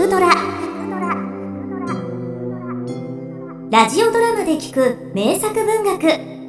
トラ。ラジオドラマで聞く名作文学。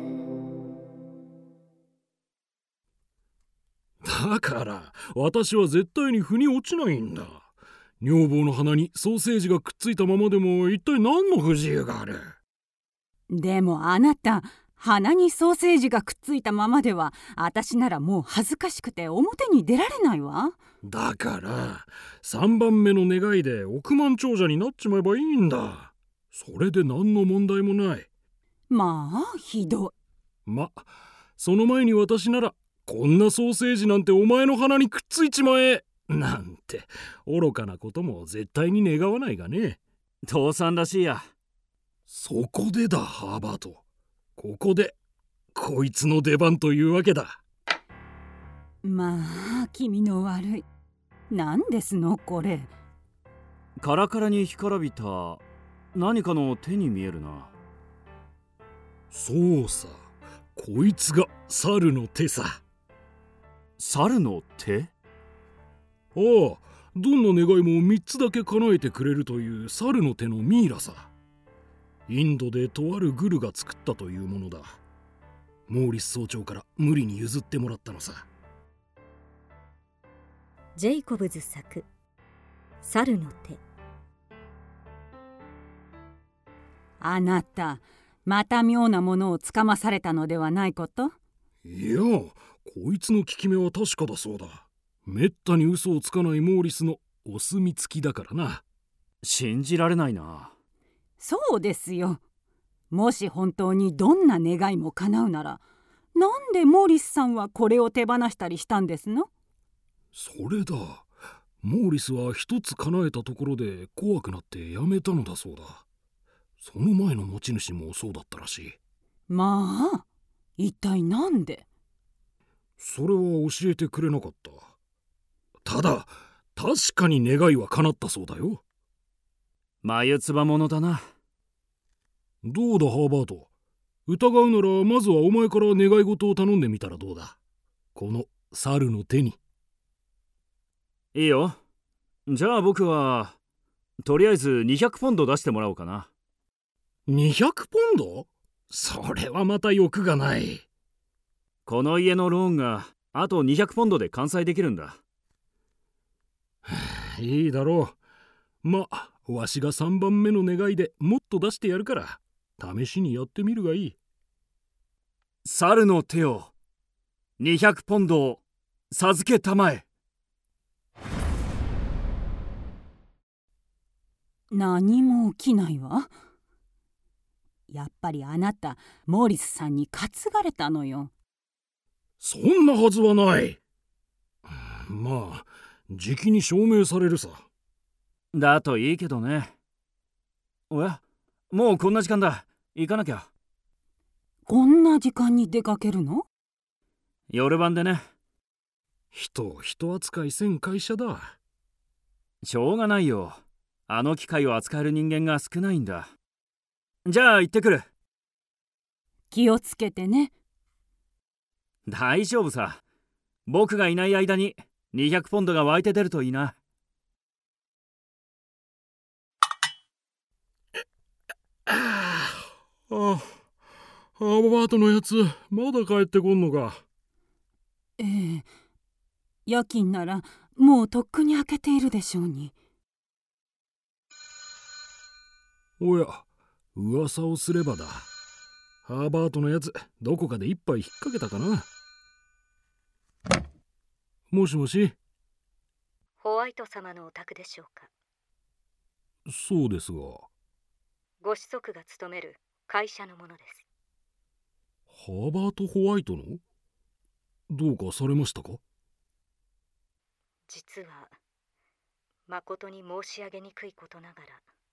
だから私は絶対に腑に落ちないんだ。女房の鼻にソーセージがくっついたままでも一体何の不自由がある。 でもあなた、鼻にソーセージがくっついたままでは私ならもう恥ずかしくて表に出られないわ。 だから3番目の願いで億万長者になっちまえばいいんだ。それで何の問題もない。 まあひどい。 その前に私ならこんなソーセージなんてお前の鼻にくっついちまえなんて愚かなことも絶対に願わないがね。 父さんらしいや。 そこでだハーバート、ここでこいつの出番というわけだ。 まあ気味の悪い。何ですのこれ。 カラカラに干からびた何かの手に見えるな。 そうさ、こいつが猿の手さ。 猿の手？ ああ、どんな願いも3つだけ叶えてくれるという猿の手のミイラさ。インドでとあるグルが作ったというものだ。モーリス総長から無理に譲ってもらったのさ。 ジェイコブズ作猿の手。 あなた、また妙なものをつかまされたのではないこと？ いや、こいつの効き目は確かだそうだ。めったに嘘をつかないモーリスのお墨付きだからな。 信じられないな。 そうですよ。もし本当にどんな願いも叶うなら、なんでモーリスさんはこれを手放したりしたんですの？ それだ。モーリスは一つ叶えたところで怖くなってやめたのだそうだ。その前の持ち主もそうだったらしい。 まあ、一体なんで？ それは教えてくれなかった。ただ確かに願いは叶ったそうだよ。 眉唾者だな。 どうだハーバート、疑うならまずはお前から願い事を頼んでみたらどうだ。この猿の手に。 いいよ。じゃあ僕はとりあえず200ポンド出してもらおうかな。 200ポンド？それはまた欲がない。 この家のローンがあと200ポンドで完済できるんだ。 いいだろう。わしが3番目の願いでもっと出してやるから試しにやってみるがいい。 猿の手を200ポンドを授けたまえ。 何も起きないわ。やっぱりあなた、モーリスさんに担がれたのよ。 そんなはずはない。じきに証明されるさ。 だといいけどね。おや、もうこんな時間だ。行かなきゃ。 こんな時間に出かけるの？ 夜番でね。 人を人扱いせん会社だ。 しょうがないよ。あの機械を扱える人間が少ないんだ。じゃあ行ってくる。 気をつけてね。 大丈夫さ。僕がいない間に200ポンドが湧いて出るといいな。 ハーバートのやつまだ帰ってこんのか。 ええ、夜勤ならもうとっくに明けているでしょうに。 おや、噂をすればだ。ハーバートのやつどこかで一杯引っ掛けたかな。もしもし。 ホワイト様のお宅でしょうか？ そうですが。 ご子息が勤める会社のものです。 ハーバート・ホワイトの？どうかされましたか？ 実は誠に申し上げにくいことながら。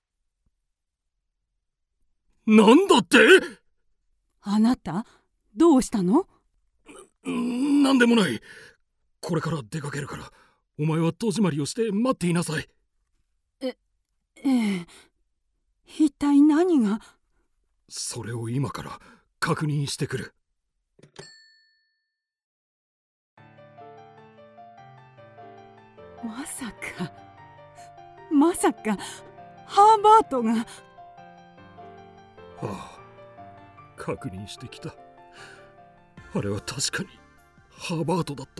なんだって？ あなた、どうしたの？ なんでもない。これから出かけるからお前は戸締まりをして待っていなさい。 ええ、一体何が？ それを今から確認してくる。 まさかまさかハーバートが。 ああ、確認してきた。あれは確かにハーバートだった。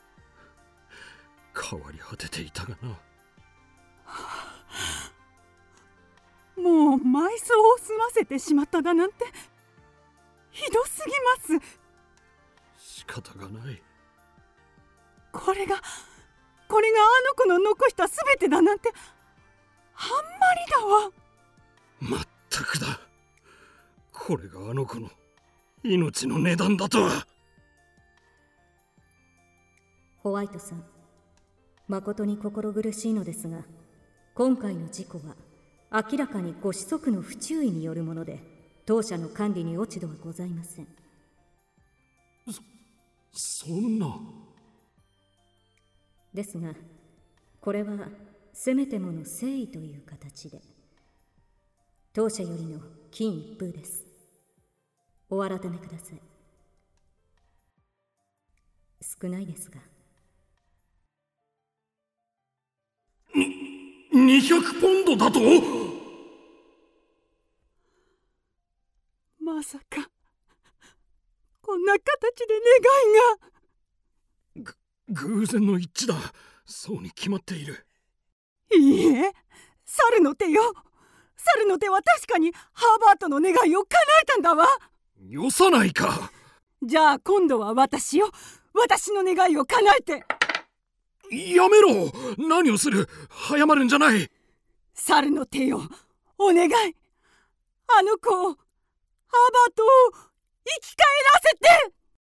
変わり果てていたがな。 もう埋葬を済ませてしまっただなんてひどすぎます。 仕方がない。 これがあの子の残したすべてだなんてあんまりだわ。 まったくだ。これがあの子の命の値段だとは。 ホワイトさん、誠に心苦しいのですが、今回の事故は明らかにご子息の不注意によるもので、当社の管理に落ち度はございません。 そんな。 ですが、これはせめてもの誠意という形で、当社よりの金一封です。お改めください。少ないですが。 200ポンドだと？ まさかこんな形で願いが。 偶然の一致だ。そうに決まっている。 いいえ、猿の手よ。猿の手は確かにハーバートの願いを叶えたんだわ。 よさないか。 じゃあ今度は私の願いを叶えて。 やめろ。何をする。早まるんじゃない。 猿の手よ、お願い。あの子を、ハーバートを生き返らせて。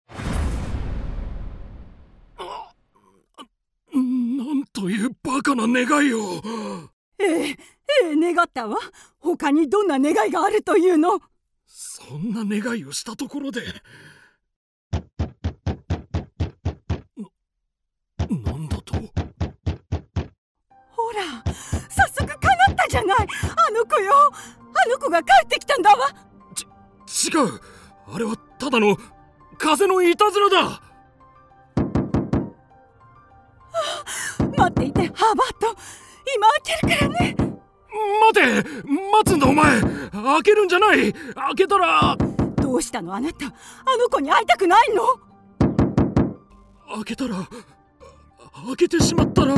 なんというバカな願いを。 ええ願ったわ。他にどんな願いがあるというの。 そんな願いをしたところで。なんだと。 ほら、早速叶ったじゃない。あの子よ、あの子が帰ってきたんだわ。 違う。あれはただの風のいたずらだ。 待っていて、ハーバート。今開けるからね。 待て。待つんだお前。開けるんじゃない。開けたら。 どうしたのあなた。あの子に会いたくないの？ 開けたら、開けてしまったら。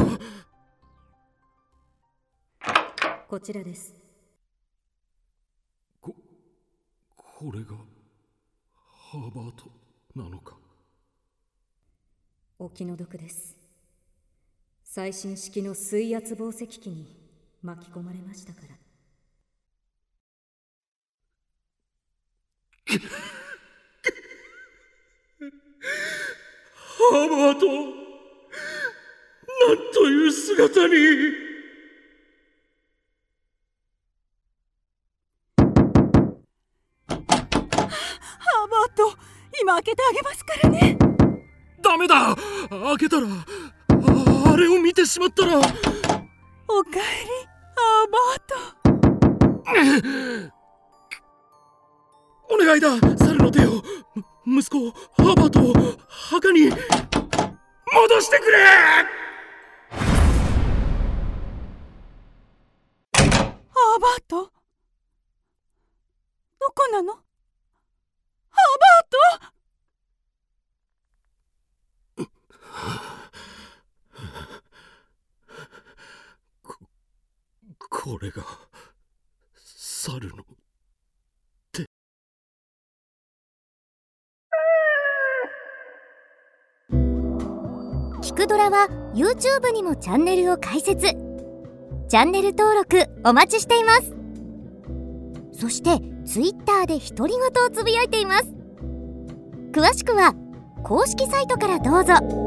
こちらです。 これがハーバートなのか。 お気の毒です。最新式の水圧紡績機に巻き込まれましたから。 ハーバート、なんという姿に。 ハーバート、今開けてあげますからね。 ダメだ。開けたら、あれを見てしまったら。 おかえり、ハーバート。 お願いだ、猿の手を。息子ハーバートを墓に戻してくれ。 ハーバート、どこなの？ハーバート。 これが猿の手。 キクドラは YouTube にもチャンネルを開設。チャンネル登録お待ちしています。そして Twitter で独り言をつぶやいています。詳しくは公式サイトからどうぞ。